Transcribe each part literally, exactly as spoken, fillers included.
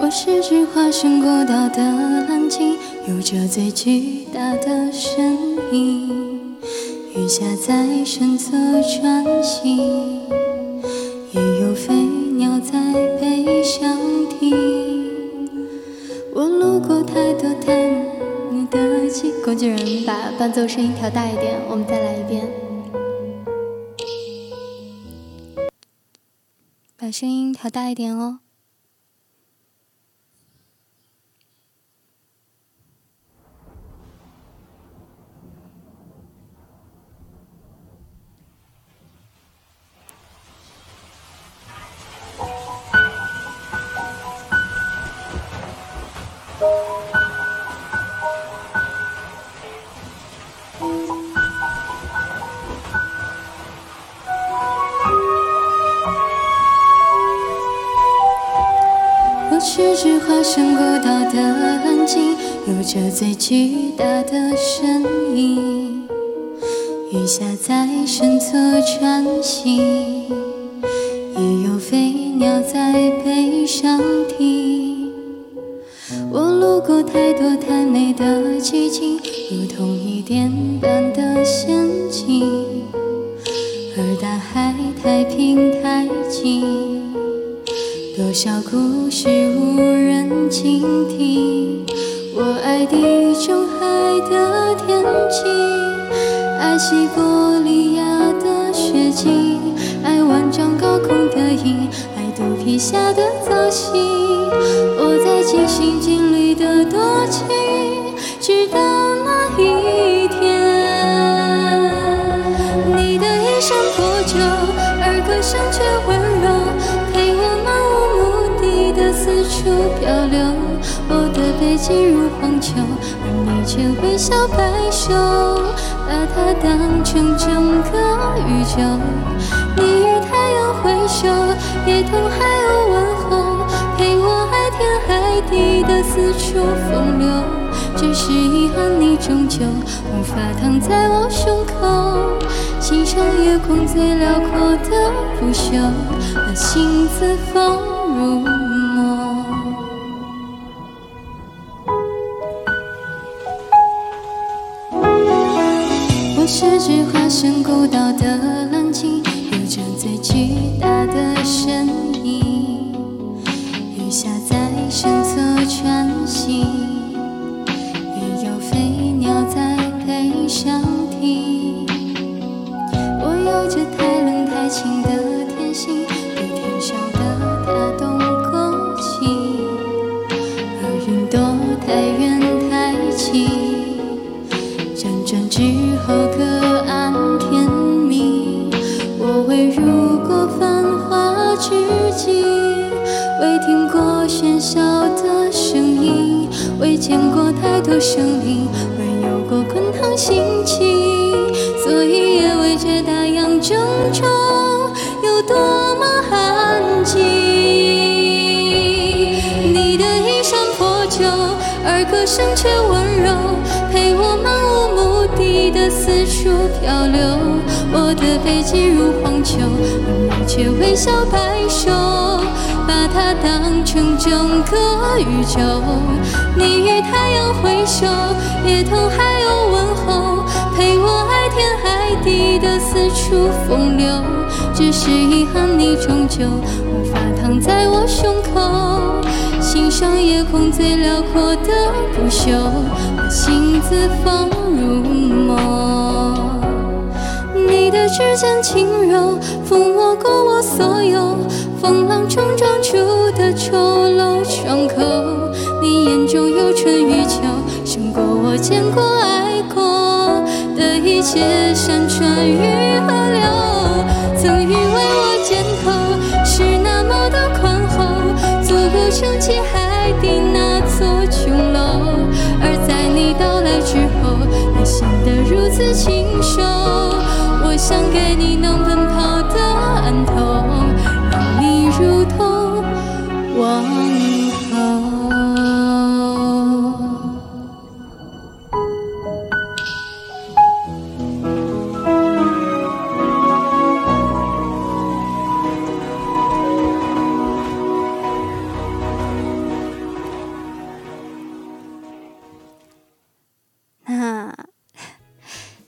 我是只化身孤岛的蓝鲸，有着最巨大的身影。雨下在身侧穿行，也有飞鸟在背上停。我路过太多太美的景。工具人把伴奏声音调大一点，我们再来一遍。把声音调大一点哦。我是只化身孤岛的蓝鲸，有着最巨大的身影。雨下在身侧穿行，也有飞鸟在背上停。我路过太多太美的寂静，如同一点般的仙境，而大海太平太静，多少故事无人倾听。我爱地中海的天晴，爱西伯利亚的雪景，爱万丈高空的鹰，爱肚皮下的造型。我在尽心尽力的多情，直到那一天，你的衣衫破旧，而歌声却温柔，陪我漫无目的的四处漂流。我的背脊如荒丘，而你却微笑摆首，把它当成整个宇宙。你与太阳挥手，也同海鸥问候，陪我爱天爱地的四处风流。只是遗憾，你终究无法躺在我胸口，欣赏夜空最辽阔的不朽，把心字放入梦。我是只化身孤岛的蓝鲸，有着最巨大的身影。雨下在身侧穿行，也有飞鸟在背上停。我有着太冷太清的天性，对天上的它动勾起，而云朵太远太近，辗转之后各安天命。我未入过繁华之境，未听过喧嚣的声音，未见过太多生灵，未有过滚烫心情，所以也未觉大洋正中有多么安静。你的衣衫破旧，而歌声却温柔，陪我漫无目的的四处漂流。我的背脊如荒丘，而你却微笑摆首，把它当成整个宇宙。你与太阳挥手，也同海鸥问候，陪我爱天爱地的四处风流。只是遗憾，你终究无法躺在我胸口，欣赏夜空最辽阔的不朽，把心字放入梦。你的指尖轻柔，抚摸过我所有风浪中撞出的丑陋伤口。你眼中有春与秋，胜过我见过爱过的一切山川与河流。曾以为我肩头是那么的宽厚，足够撑起海底那座琼楼，而在你到来之后，也显得如此清瘦。我想给你能奔跑的岸头，让你如同王后。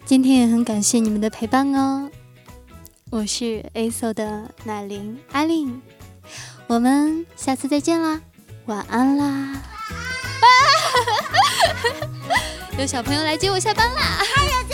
今天也很感谢你们的陪伴哦。我是 A S O 的乃琳艾琳，我们下次再见啦，晚安啦！有小朋友来接我下班啦！